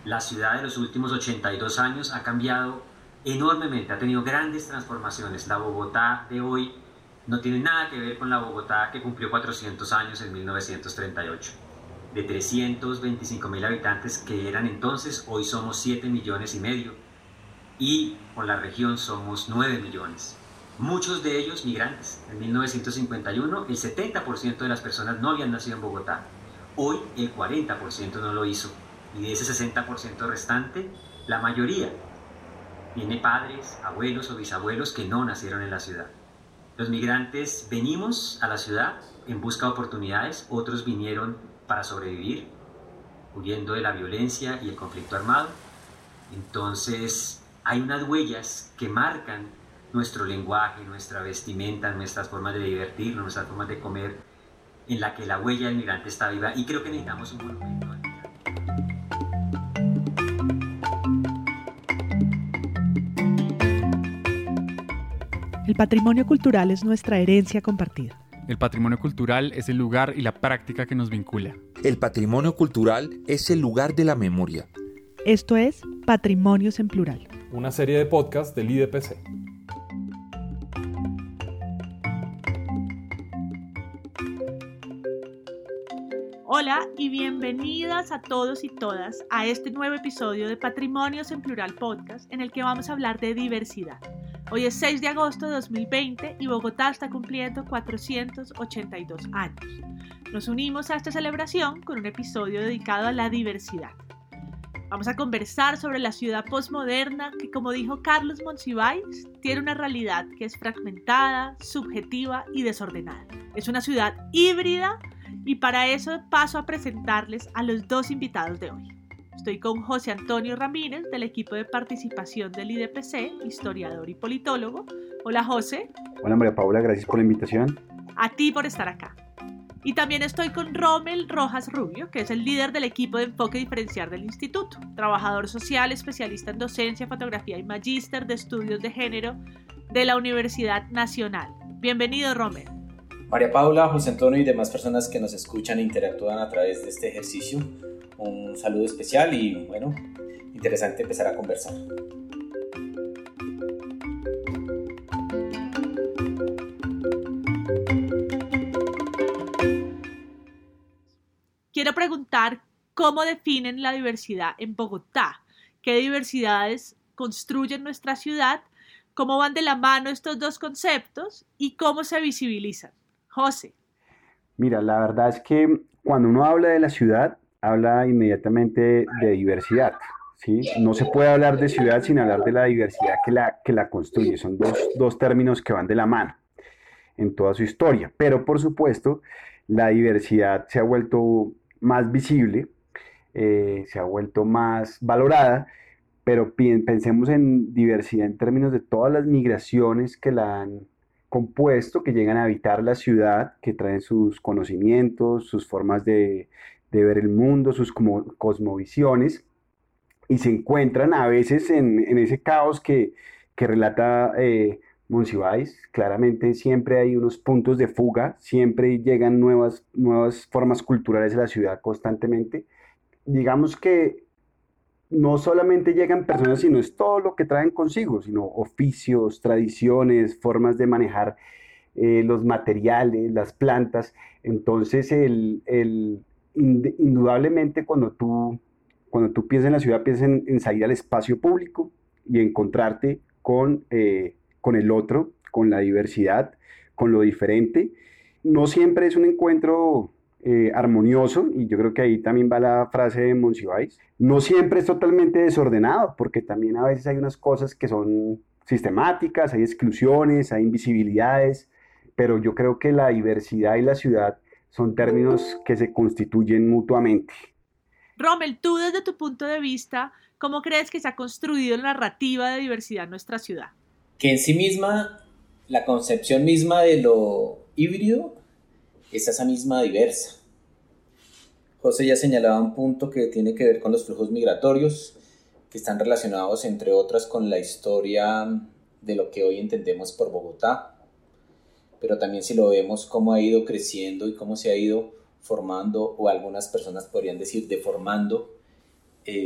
La ciudad de los últimos 82 años ha cambiado enormemente, ha tenido grandes transformaciones. La Bogotá de hoy no tiene nada que ver con la Bogotá que cumplió 400 años en 1938. De 325.000 habitantes que eran entonces, hoy somos 7,5 millones y con la región somos 9 millones. Muchos de ellos migrantes. En 1951 el 70% de las personas no habían nacido en Bogotá. Hoy el 40% no lo hizo. Y de ese 60% restante, la mayoría tiene padres, abuelos o bisabuelos que no nacieron en la ciudad. Los migrantes venimos a la ciudad en busca de oportunidades, otros vinieron para sobrevivir, huyendo de la violencia y el conflicto armado. Entonces hay unas huellas que marcan nuestro lenguaje, nuestra vestimenta, nuestras formas de divertirnos, nuestras formas de comer, en la que la huella del migrante está viva, y creo que necesitamos un monumento al migrante. El patrimonio cultural es nuestra herencia compartida. El patrimonio cultural es el lugar y la práctica que nos vincula. El patrimonio cultural es el lugar de la memoria. Esto es Patrimonios en Plural, una serie de podcasts del IDPC. Hola y bienvenidas a todos y todas a este nuevo episodio de Patrimonios en Plural Podcast, en el que vamos a hablar de diversidad. Hoy es 6 de agosto de 2020 y Bogotá está cumpliendo 482 años. Nos unimos a esta celebración con un episodio dedicado a la diversidad. Vamos a conversar sobre la ciudad postmoderna que, como dijo Carlos Monsiváis, tiene una realidad que es fragmentada, subjetiva y desordenada. Es una ciudad híbrida y para eso paso a presentarles a los dos invitados de hoy. Estoy con José Antonio Ramírez del equipo de participación del IDPC, historiador y politólogo. Hola José. Hola María Paula, gracias por la invitación. A ti por estar acá. Y también estoy con Rommel Rojas Rubio, que es el líder del equipo de enfoque diferencial del instituto, trabajador social, especialista en docencia, fotografía y magíster de estudios de género de la Universidad Nacional. Bienvenido, Rommel. María Paula, José Antonio y demás personas que nos escuchan e interactúan a través de este ejercicio, un saludo especial y bueno, interesante empezar a conversar. Quiero preguntar cómo definen la diversidad en Bogotá, qué diversidades construyen nuestra ciudad, cómo van de la mano estos dos conceptos y cómo se visibilizan. José. Mira, la verdad es que cuando uno habla de la ciudad, habla inmediatamente de diversidad, ¿sí? No se puede hablar de ciudad sin hablar de la diversidad que la construye. Son dos términos que van de la mano en toda su historia. Pero, por supuesto, la diversidad se ha vuelto más visible, se ha vuelto más valorada, pero pensemos en diversidad en términos de todas las migraciones que la han compuesto, que llegan a habitar la ciudad, que traen sus conocimientos, sus formas de ver el mundo, sus cosmovisiones, y se encuentran a veces en ese caos que relata Monsiváis. Claramente siempre hay unos puntos de fuga, siempre llegan nuevas formas culturales a la ciudad constantemente. Digamos que no solamente llegan personas, sino es todo lo que traen consigo, sino oficios, tradiciones, formas de manejar los materiales, las plantas. Entonces, indudablemente cuando tú piensas en la ciudad, piensas en salir al espacio público y encontrarte con el otro, con la diversidad, con lo diferente. No siempre es un encuentro armonioso, y yo creo que ahí también va la frase de Monsiváis. No siempre es totalmente desordenado, porque también a veces hay unas cosas que son sistemáticas, hay exclusiones, hay invisibilidades, pero yo creo que la diversidad y la ciudad son términos que se constituyen mutuamente. Rommel, tú desde tu punto de vista, ¿cómo crees que se ha construido la narrativa de diversidad en nuestra ciudad? Que en sí misma, la concepción misma de lo híbrido es esa misma diversa. José ya señalaba un punto que tiene que ver con los flujos migratorios, que están relacionados, entre otras, con la historia de lo que hoy entendemos por Bogotá, pero también si lo vemos cómo ha ido creciendo y cómo se ha ido formando, o algunas personas podrían decir deformando,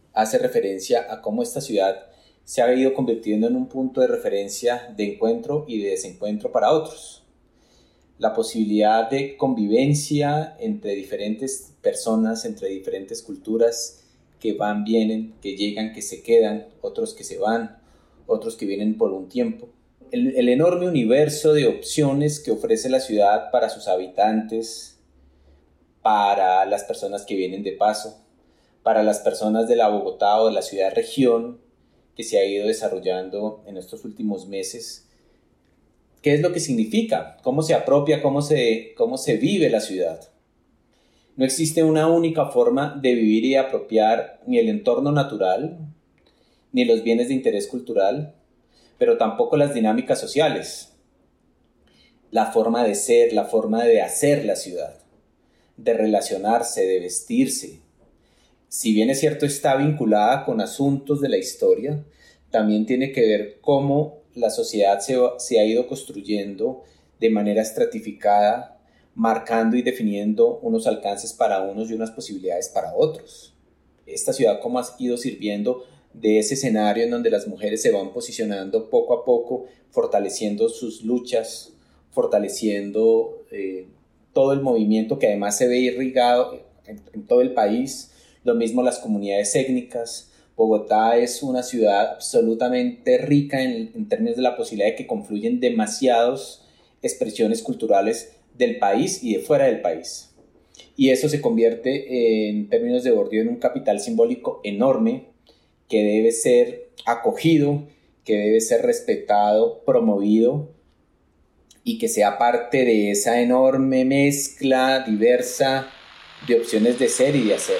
hace referencia a cómo esta ciudad se ha ido convirtiendo en un punto de referencia de encuentro y de desencuentro para otros. La posibilidad de convivencia entre diferentes personas, entre diferentes culturas que van, vienen, que llegan, que se quedan, otros que se van, otros que vienen por un tiempo. El enorme universo de opciones que ofrece la ciudad para sus habitantes, para las personas que vienen de paso, para las personas de la Bogotá o de la ciudad-región que se ha ido desarrollando en estos últimos meses. ¿Qué es lo que significa? ¿Cómo se apropia? ¿Cómo se vive la ciudad? No existe una única forma de vivir y de apropiar ni el entorno natural, ni los bienes de interés cultural, pero tampoco las dinámicas sociales, la forma de ser, la forma de hacer la ciudad, de relacionarse, de vestirse. Si bien es cierto está vinculada con asuntos de la historia, también tiene que ver cómo la sociedad se ha ido construyendo de manera estratificada, marcando y definiendo unos alcances para unos y unas posibilidades para otros. Esta ciudad cómo ha ido sirviendo de ese escenario en donde las mujeres se van posicionando poco a poco, fortaleciendo sus luchas, fortaleciendo todo el movimiento que además se ve irrigado en todo el país. Lo mismo las comunidades étnicas. Bogotá es una ciudad absolutamente rica en términos de la posibilidad de que confluyen demasiadas expresiones culturales del país y de fuera del país. Y eso se convierte en términos de Bourdieu en un capital simbólico enorme que debe ser acogido, que debe ser respetado, promovido y que sea parte de esa enorme mezcla diversa de opciones de ser y de hacer.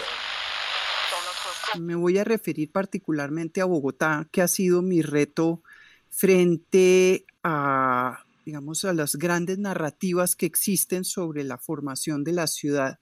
Me voy a referir particularmente a Bogotá, que ha sido mi reto frente a, digamos, a las grandes narrativas que existen sobre la formación de la ciudad.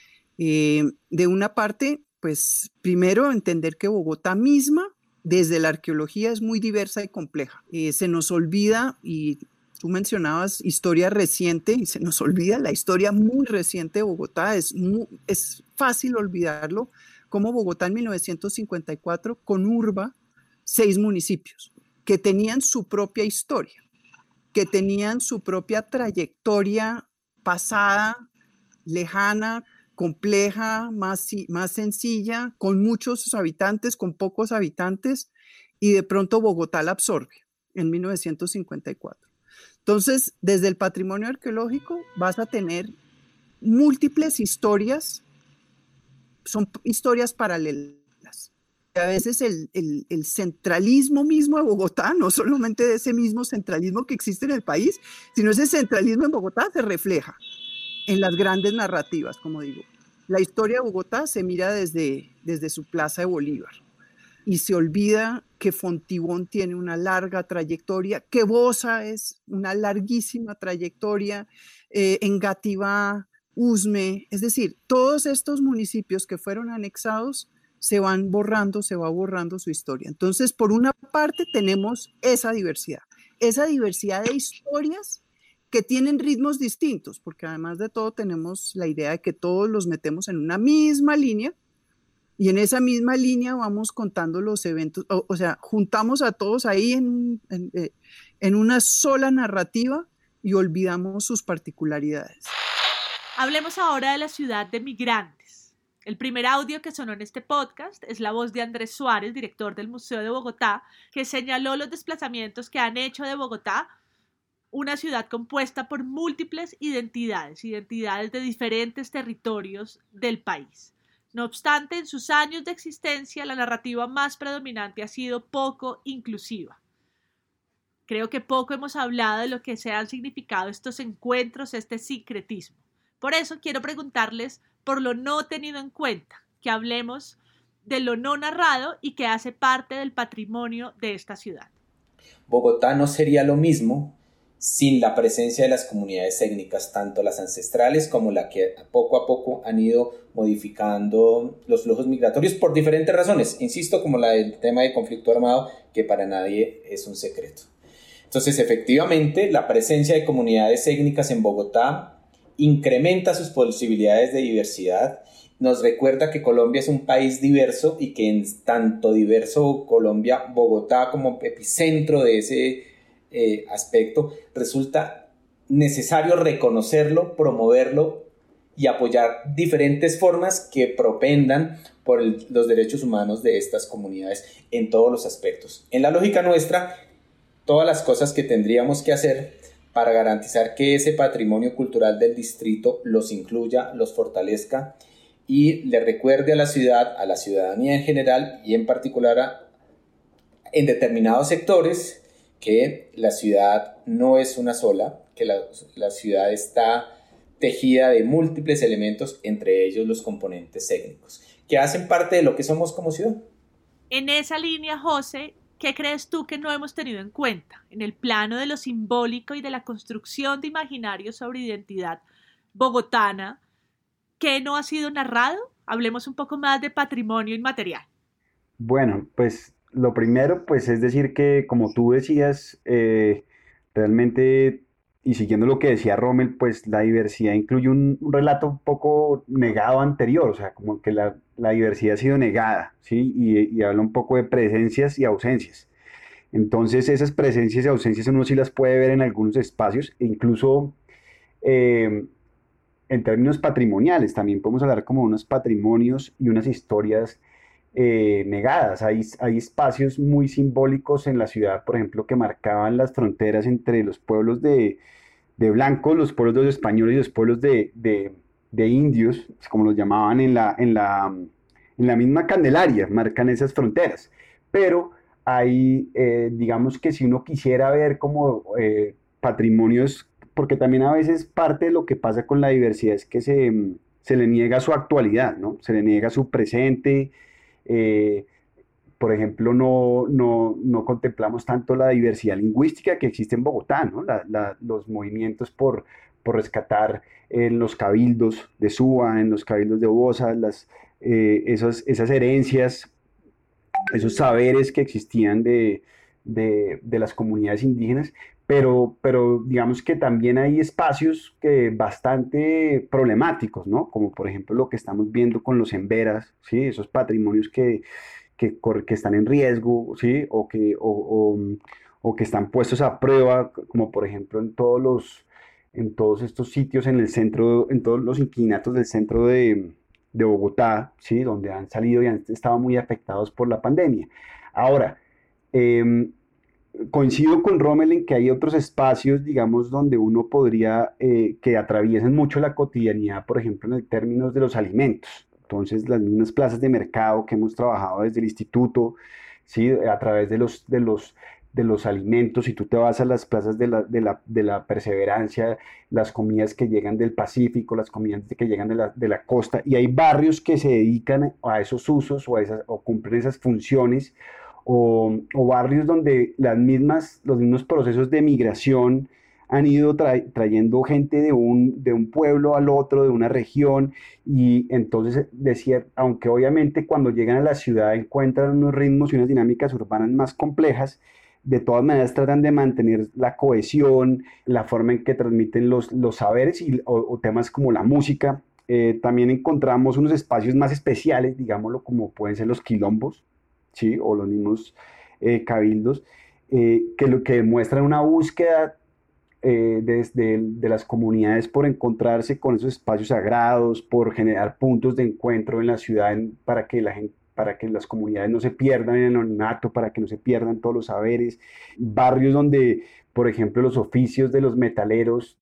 De una parte, pues primero entender que Bogotá misma, desde la arqueología, es muy diversa y compleja. Se nos olvida, y tú mencionabas historia reciente, y se nos olvida la historia muy reciente de Bogotá. Es fácil olvidarlo, como Bogotá en 1954 conurba 6 municipios que tenían su propia historia, que tenían su propia trayectoria pasada, lejana, compleja, más sencilla, con muchos habitantes, con pocos habitantes, y de pronto Bogotá la absorbe en 1954. Entonces, desde el patrimonio arqueológico vas a tener múltiples historias, son historias paralelas. A veces el centralismo mismo de Bogotá, no solamente de ese mismo centralismo que existe en el país, sino ese centralismo en Bogotá se refleja en las grandes narrativas, como digo. La historia de Bogotá se mira desde su Plaza de Bolívar y se olvida que Fontibón tiene una larga trayectoria, que Bosa es una larguísima trayectoria, Engativá, Usme, es decir, todos estos municipios que fueron anexados se va borrando su historia. Entonces, por una parte tenemos esa diversidad de historias que tienen ritmos distintos, porque además de todo tenemos la idea de que todos los metemos en una misma línea y en esa misma línea vamos contando los eventos, o sea, juntamos a todos ahí en una sola narrativa y olvidamos sus particularidades. Hablemos ahora de la ciudad de migrantes. El primer audio que sonó en este podcast es la voz de Andrés Suárez, director del Museo de Bogotá, que señaló los desplazamientos que han hecho de Bogotá una ciudad compuesta por múltiples identidades de diferentes territorios del país. No obstante, en sus años de existencia, la narrativa más predominante ha sido poco inclusiva. Creo que poco hemos hablado de lo que se han significado estos encuentros, este sincretismo. Por eso quiero preguntarles por lo no tenido en cuenta, que hablemos de lo no narrado y que hace parte del patrimonio de esta ciudad. Bogotá no sería lo mismo sin la presencia de las comunidades étnicas, tanto las ancestrales como las que poco a poco han ido modificando los flujos migratorios por diferentes razones, insisto, como la del tema de conflicto armado, que para nadie es un secreto. Entonces, efectivamente, la presencia de comunidades étnicas en Bogotá incrementa sus posibilidades de diversidad nos recuerda que Colombia es un país diverso y que en tanto diverso Colombia, Bogotá como epicentro de ese aspecto, resulta necesario reconocerlo, promoverlo y apoyar diferentes formas que propendan por los derechos humanos de estas comunidades en todos los aspectos. En la lógica nuestra, todas las cosas que tendríamos que hacer para garantizar que ese patrimonio cultural del distrito los incluya, los fortalezca y le recuerde a la ciudad, a la ciudadanía en general y en particular en determinados sectores, que la ciudad no es una sola, que la ciudad está tejida de múltiples elementos, entre ellos los componentes étnicos, que hacen parte de lo que somos como ciudad. En esa línea, José, ¿qué crees tú que no hemos tenido en cuenta en el plano de lo simbólico y de la construcción de imaginarios sobre identidad bogotana? ¿Qué no ha sido narrado? Hablemos un poco más de patrimonio inmaterial. Bueno, pues lo primero, pues es decir que, como tú decías, realmente, y siguiendo lo que decía Rommel, pues la diversidad incluye un relato un poco negado anterior, o sea, como que la diversidad ha sido negada, ¿sí? Y habla un poco de presencias y ausencias. Entonces, esas presencias y ausencias uno sí las puede ver en algunos espacios, e incluso en términos patrimoniales, también podemos hablar como de unos patrimonios y unas historias negadas. Hay espacios muy simbólicos en la ciudad, por ejemplo, que marcaban las fronteras entre los pueblos de blancos, los pueblos de los españoles y los pueblos de indios, como los llamaban en la misma Candelaria, marcan esas fronteras. Pero hay, digamos que si uno quisiera ver como patrimonios, porque también a veces parte de lo que pasa con la diversidad es que se le niega su actualidad, ¿no? Se le niega su presente. Por ejemplo, no contemplamos tanto la diversidad lingüística que existe en Bogotá, ¿no? Los movimientos por rescatar en los cabildos de Suba, en los cabildos de Bosa, esas herencias, esos saberes que existían de las comunidades indígenas, pero digamos que también hay espacios bastante problemáticos, ¿no? Como por ejemplo lo que estamos viendo con los emberas, ¿sí? Esos patrimonios que están en riesgo, ¿sí? O que están puestos a prueba, como por ejemplo en todos estos sitios en el centro, en todos los inquilinatos del centro de Bogotá, ¿sí? Donde han salido y han estado muy afectados por la pandemia. Ahora, coincido con Rommel en que hay otros espacios, digamos, donde uno podría, que atraviesen mucho la cotidianidad, por ejemplo, en términos de los alimentos. Entonces, las mismas plazas de mercado que hemos trabajado desde el instituto, ¿sí? A través de los alimentos, si tú te vas a las plazas de la Perseverancia, las comidas que llegan del Pacífico, las comidas que llegan de la costa, y hay barrios que se dedican a esos usos o cumplen esas funciones, o barrios donde los mismos procesos de migración han ido trayendo gente de un pueblo al otro, de una región, y entonces decía, aunque obviamente cuando llegan a la ciudad encuentran unos ritmos y unas dinámicas urbanas más complejas, de todas maneras tratan de mantener la cohesión, la forma en que transmiten los saberes o temas como la música. También encontramos unos espacios más especiales, digámoslo, como pueden ser los quilombos, ¿sí? O los mismos cabildos, que demuestran una búsqueda de las comunidades por encontrarse con esos espacios sagrados, por generar puntos de encuentro en la ciudad para que las comunidades no se pierdan en el anonimato, para que no se pierdan todos los saberes. Barrios donde, por ejemplo, los oficios de los metaleros,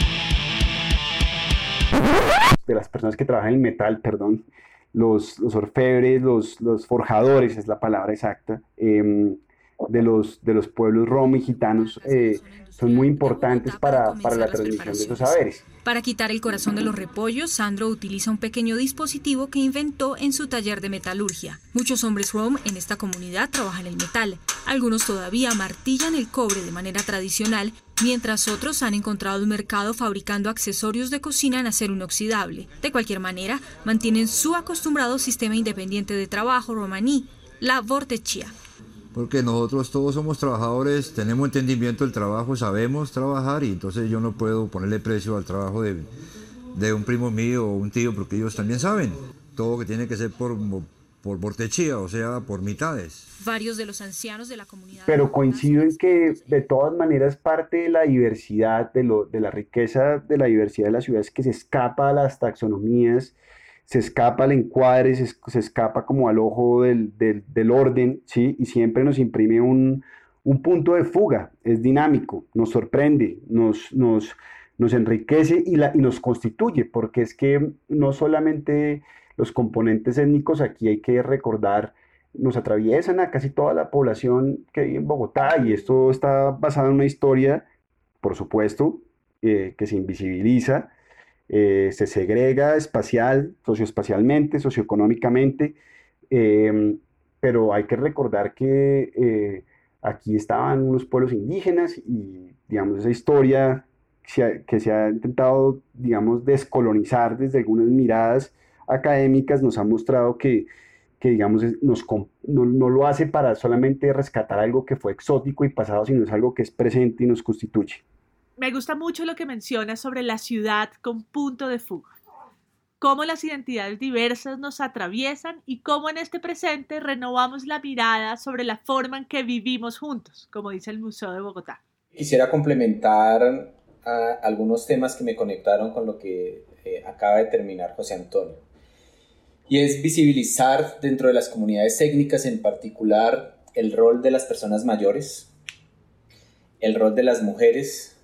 de las personas que trabajan en el metal, perdón, los orfebres, los forjadores, es la palabra exacta, de los pueblos romo y gitanos, son muy importantes para la transmisión de esos saberes. Para quitar el corazón de los repollos, Sandro utiliza un pequeño dispositivo que inventó en su taller de metalurgia. Muchos hombres rom en esta comunidad trabajan el metal. Algunos todavía martillan el cobre de manera tradicional, mientras otros han encontrado un mercado fabricando accesorios de cocina en acero inoxidable. De cualquier manera, mantienen su acostumbrado sistema independiente de trabajo romaní, la vortechia. Porque nosotros todos somos trabajadores, tenemos entendimiento del trabajo, sabemos trabajar, y entonces yo no puedo ponerle precio al trabajo de un primo mío o un tío, porque ellos también saben. todo que tiene que ser por techía, o sea, por mitades. Varios de los ancianos de la comunidad... Pero coincido en que de todas maneras parte de la diversidad, de la riqueza de la diversidad de la ciudad es que se escapa a las taxonomías, se escapa al encuadre, se escapa como al ojo del orden, ¿sí? Y siempre nos imprime un punto de fuga, es dinámico, nos sorprende, nos enriquece y nos constituye, porque es que no solamente los componentes étnicos, aquí hay que recordar, nos atraviesan a casi toda la población que vive en Bogotá, y esto está basado en una historia, por supuesto, que se invisibiliza, se segrega socioespacialmente, socioeconómicamente, pero hay que recordar que aquí estaban unos pueblos indígenas y, digamos, esa historia que se ha intentado, digamos, descolonizar desde algunas miradas académicas nos ha mostrado que digamos, no lo hace para solamente rescatar algo que fue exótico y pasado, sino es algo que es presente y nos constituye. Me gusta mucho lo que mencionas sobre la ciudad con punto de fuga. Cómo las identidades diversas nos atraviesan y cómo en este presente renovamos la mirada sobre la forma en que vivimos juntos, como dice el Museo de Bogotá. Quisiera complementar algunos temas que me conectaron con lo que acaba de terminar José Antonio. Y es visibilizar dentro de las comunidades étnicas en particular el rol de las personas mayores, el rol de las mujeres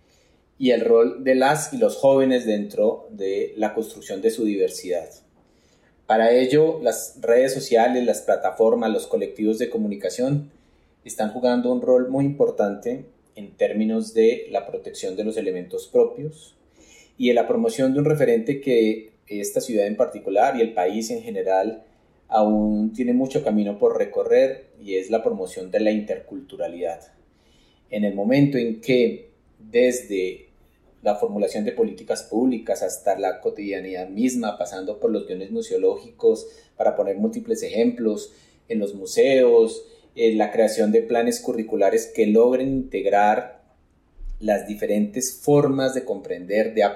y el rol de las y los jóvenes dentro de la construcción de su diversidad. Para ello, las redes sociales, las plataformas, los colectivos de comunicación están jugando un rol muy importante en términos de la protección de los elementos propios y de la promoción de un referente que esta ciudad en particular y el país en general aún tiene mucho camino por recorrer, y es la promoción de la interculturalidad. En el momento en que desde la formulación de políticas públicas hasta la cotidianidad misma, pasando por los guiones museológicos, para poner múltiples ejemplos, en los museos, en la creación de planes curriculares que logren integrar las diferentes formas de comprender, de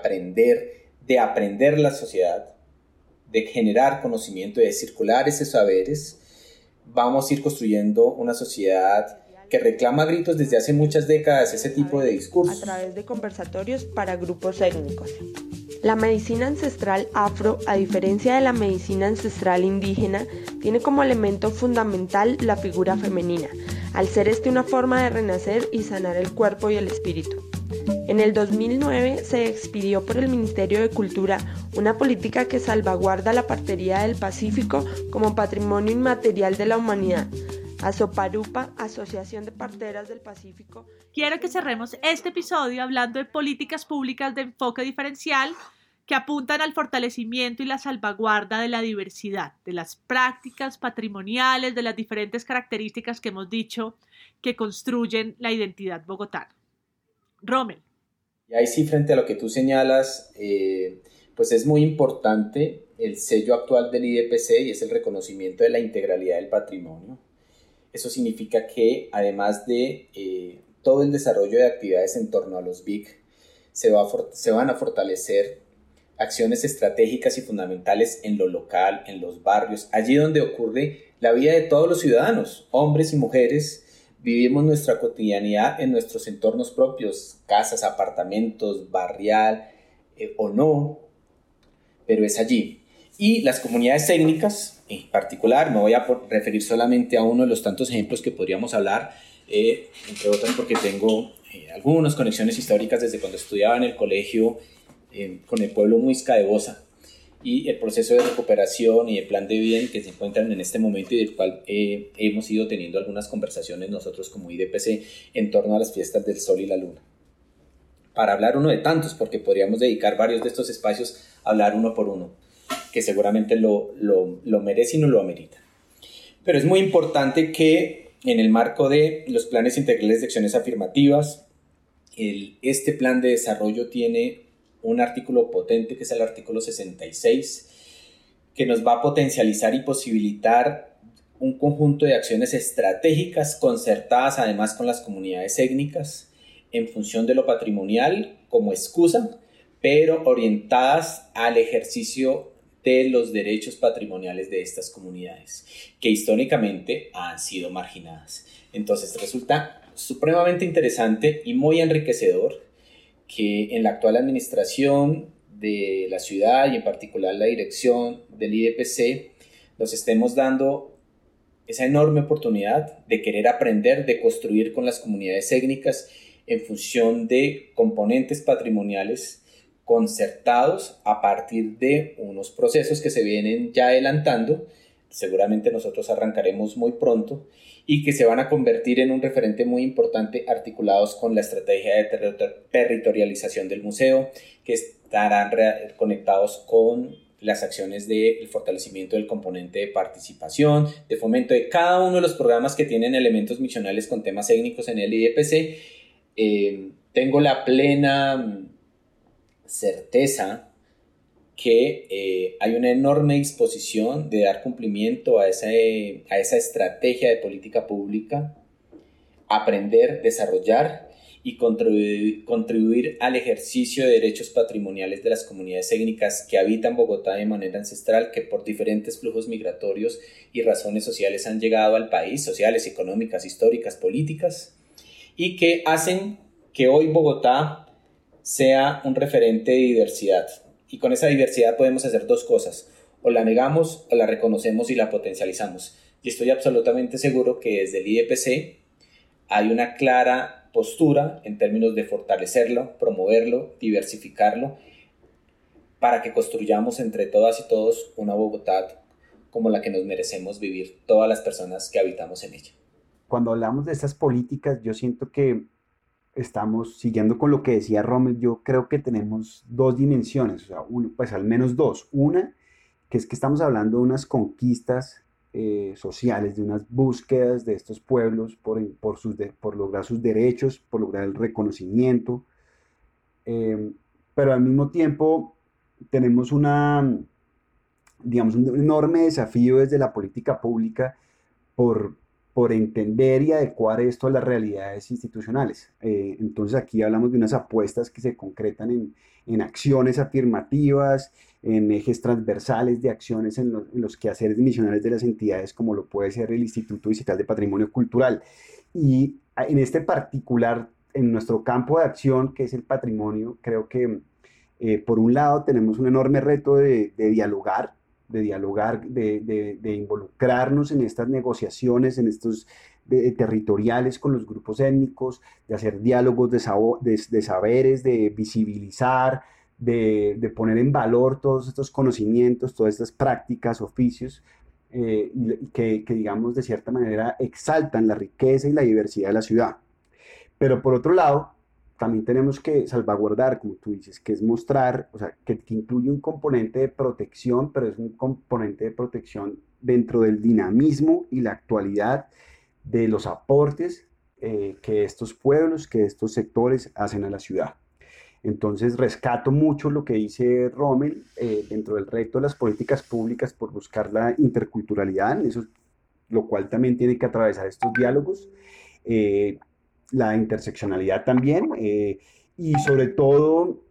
aprender la sociedad, de generar conocimiento, de circular esos saberes, vamos a ir construyendo una sociedad que reclama a gritos desde hace muchas décadas ese tipo de discursos. A través de conversatorios para grupos étnicos. La medicina ancestral afro, a diferencia de la medicina ancestral indígena, tiene como elemento fundamental la figura femenina, al ser una forma de renacer y sanar el cuerpo y el espíritu. En el 2009 se expidió por el Ministerio de Cultura una política que salvaguarda la partería del Pacífico como patrimonio inmaterial de la humanidad. Asoparupa, Asociación de Parteras del Pacífico. Quiero que cerremos este episodio hablando de políticas públicas de enfoque diferencial que apuntan al fortalecimiento y la salvaguarda de la diversidad, de las prácticas patrimoniales, de las diferentes características que hemos dicho que construyen la identidad bogotana. Rommel. Y ahí sí, frente a lo que tú señalas, pues es muy importante el sello actual del IDPC, y es el reconocimiento de la integralidad del patrimonio. Eso significa que además de todo el desarrollo de actividades en torno a los BIC, se van a fortalecer acciones estratégicas y fundamentales en lo local, en los barrios, allí donde ocurre la vida de todos los ciudadanos, hombres y mujeres. Vivimos nuestra cotidianidad en nuestros entornos propios, casas, apartamentos, barrial o no, pero es allí. Y las comunidades étnicas, en particular, me voy a referir solamente a uno de los tantos ejemplos que podríamos hablar, entre otras porque tengo algunas conexiones históricas desde cuando estudiaba en el colegio con el pueblo muisca de Bosa, y el proceso de recuperación y el plan de vida en que se encuentran en este momento, y del cual hemos ido teniendo algunas conversaciones nosotros como IDPC en torno a las fiestas del sol y la luna. Para hablar uno de tantos, porque podríamos dedicar varios de estos espacios a hablar uno por uno, que seguramente lo merece y no lo amerita. Pero es muy importante que en el marco de los planes integrales de acciones afirmativas, este plan de desarrollo tiene un artículo potente que es el artículo 66, que nos va a potencializar y posibilitar un conjunto de acciones estratégicas concertadas además con las comunidades étnicas en función de lo patrimonial como excusa, pero orientadas al ejercicio de los derechos patrimoniales de estas comunidades, que históricamente han sido marginadas. Entonces resulta supremamente interesante y muy enriquecedor que en la actual administración de la ciudad y en particular la dirección del IDPC nos estemos dando esa enorme oportunidad de querer aprender, de construir con las comunidades étnicas en función de componentes patrimoniales concertados a partir de unos procesos que se vienen ya adelantando, seguramente nosotros arrancaremos muy pronto, y que se van a convertir en un referente muy importante articulados con la estrategia de territorialización del museo, que estarán conectados con las acciones del fortalecimiento del componente de participación, de fomento de cada uno de los programas que tienen elementos misionales con temas étnicos en el IDPC. Tengo la plena certeza que hay una enorme disposición de dar cumplimiento a esa estrategia de política pública, aprender, desarrollar y contribuir al ejercicio de derechos patrimoniales de las comunidades étnicas que habitan Bogotá de manera ancestral, que por diferentes flujos migratorios y razones sociales han llegado al país, sociales, económicas, históricas, políticas, y que hacen que hoy Bogotá sea un referente de diversidad. Y con esa diversidad podemos hacer dos cosas: o la negamos o la reconocemos y la potencializamos. Y estoy absolutamente seguro que desde el IDPC hay una clara postura en términos de fortalecerlo, promoverlo, diversificarlo, para que construyamos entre todas y todos una Bogotá como la que nos merecemos vivir todas las personas que habitamos en ella. Cuando hablamos de estas políticas, yo siento que estamos siguiendo con lo que decía Rommel. Yo creo que tenemos dos dimensiones, o sea, pues al menos dos. Una, que es que estamos hablando de unas conquistas sociales, de unas búsquedas de estos pueblos por lograr sus derechos, por lograr el reconocimiento, pero al mismo tiempo tenemos un enorme desafío desde la política pública por entender y adecuar esto a las realidades institucionales. Entonces aquí hablamos de unas apuestas que se concretan en acciones afirmativas, en ejes transversales de acciones en los quehaceres misionales de las entidades, como lo puede ser el Instituto Distrital de Patrimonio Cultural. Y en este particular, en nuestro campo de acción, que es el patrimonio, creo que por un lado tenemos un enorme reto de dialogar, de involucrarnos en estas negociaciones, en estos territoriales con los grupos étnicos, de hacer diálogos de saberes, de visibilizar, de poner en valor todos estos conocimientos, todas estas prácticas, oficios, que digamos de cierta manera exaltan la riqueza y la diversidad de la ciudad. Pero por otro lado, también tenemos que salvaguardar, como tú dices, que es mostrar, o sea, que incluye un componente de protección, pero es un componente de protección dentro del dinamismo y la actualidad de los aportes que estos pueblos, que estos sectores hacen a la ciudad. Entonces rescato mucho lo que dice Rommel dentro del reto de las políticas públicas por buscar la interculturalidad, eso, lo cual también tiene que atravesar estos diálogos, la interseccionalidad también, y sobre todo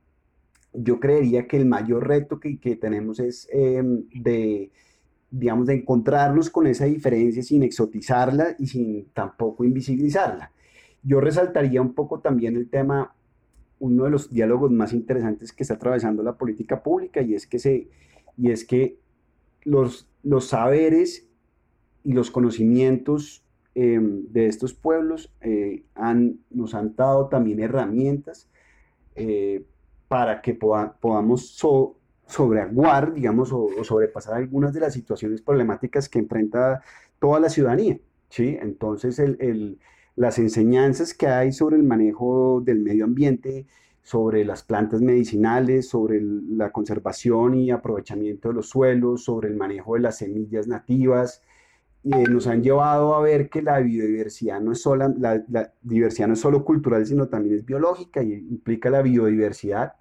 yo creería que el mayor reto que tenemos es de encontrarnos con esa diferencia sin exotizarla y sin tampoco invisibilizarla. Yo resaltaría un poco también el tema, uno de los diálogos más interesantes que está atravesando la política pública, y es que los saberes y los conocimientos de estos pueblos nos han dado también herramientas para que podamos sobreaguar, digamos, o sobrepasar algunas de las situaciones problemáticas que enfrenta toda la ciudadanía, ¿sí? Entonces, las enseñanzas que hay sobre el manejo del medio ambiente, sobre las plantas medicinales, sobre la conservación y aprovechamiento de los suelos, sobre el manejo de las semillas nativas, nos han llevado a ver que la biodiversidad no es la diversidad no es solo cultural, sino también es biológica y implica la biodiversidad.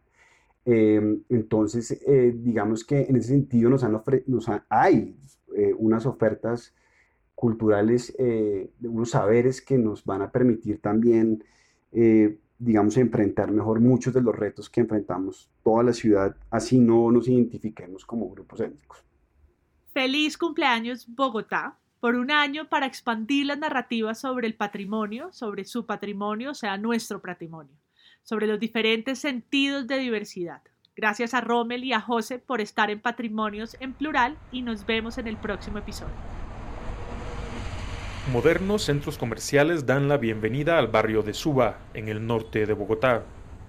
Entonces, digamos que en ese sentido hay unas ofertas culturales, unos saberes que nos van a permitir también digamos, enfrentar mejor muchos de los retos que enfrentamos toda la ciudad, así no nos identifiquemos como grupos étnicos. Feliz cumpleaños, Bogotá, por un año para expandir las narrativas sobre el patrimonio, sobre su patrimonio, o sea, nuestro patrimonio, sobre los diferentes sentidos de diversidad. Gracias a Rommel y a José por estar en Patrimonios en Plural y nos vemos en el próximo episodio. Modernos centros comerciales dan la bienvenida al barrio de Suba, en el norte de Bogotá.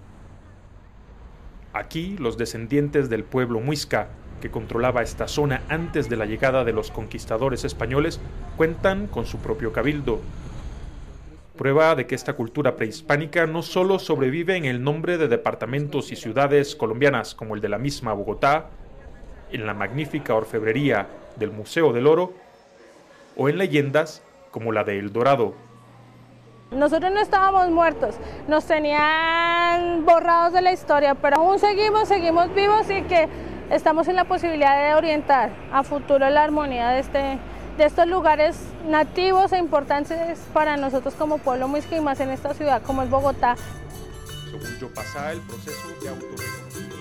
Aquí, los descendientes del pueblo muisca, que controlaba esta zona antes de la llegada de los conquistadores españoles, cuentan con su propio cabildo. Prueba de que esta cultura prehispánica no solo sobrevive en el nombre de departamentos y ciudades colombianas como el de la misma Bogotá, en la magnífica orfebrería del Museo del Oro, o en leyendas como la de El Dorado. Nosotros no estábamos muertos, nos tenían borrados de la historia, pero aún seguimos vivos y que estamos en la posibilidad de orientar a futuro la armonía de estos lugares nativos e importantes para nosotros como pueblo muisca y más en esta ciudad como es Bogotá. Según Yopasá, el proceso de autorreconocimiento.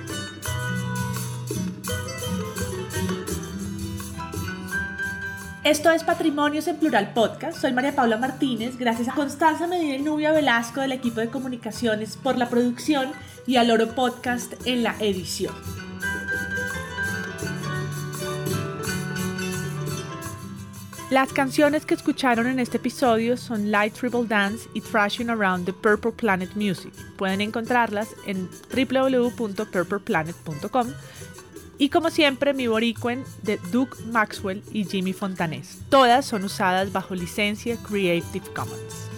Esto es Patrimonios en Plural Podcast. Soy María Paula Martínez. Gracias a Constanza Medina y Nubia Velasco del equipo de comunicaciones por la producción y al Oro Podcast en la edición. Las canciones que escucharon en este episodio son Light Tribal Dance y Thrashing Around the Purple Planet Music. Pueden encontrarlas en www.purpleplanet.com. Y como siempre, Mi Boricuen de Doug Maxwell y Jimmy Fontanés. Todas son usadas bajo licencia Creative Commons.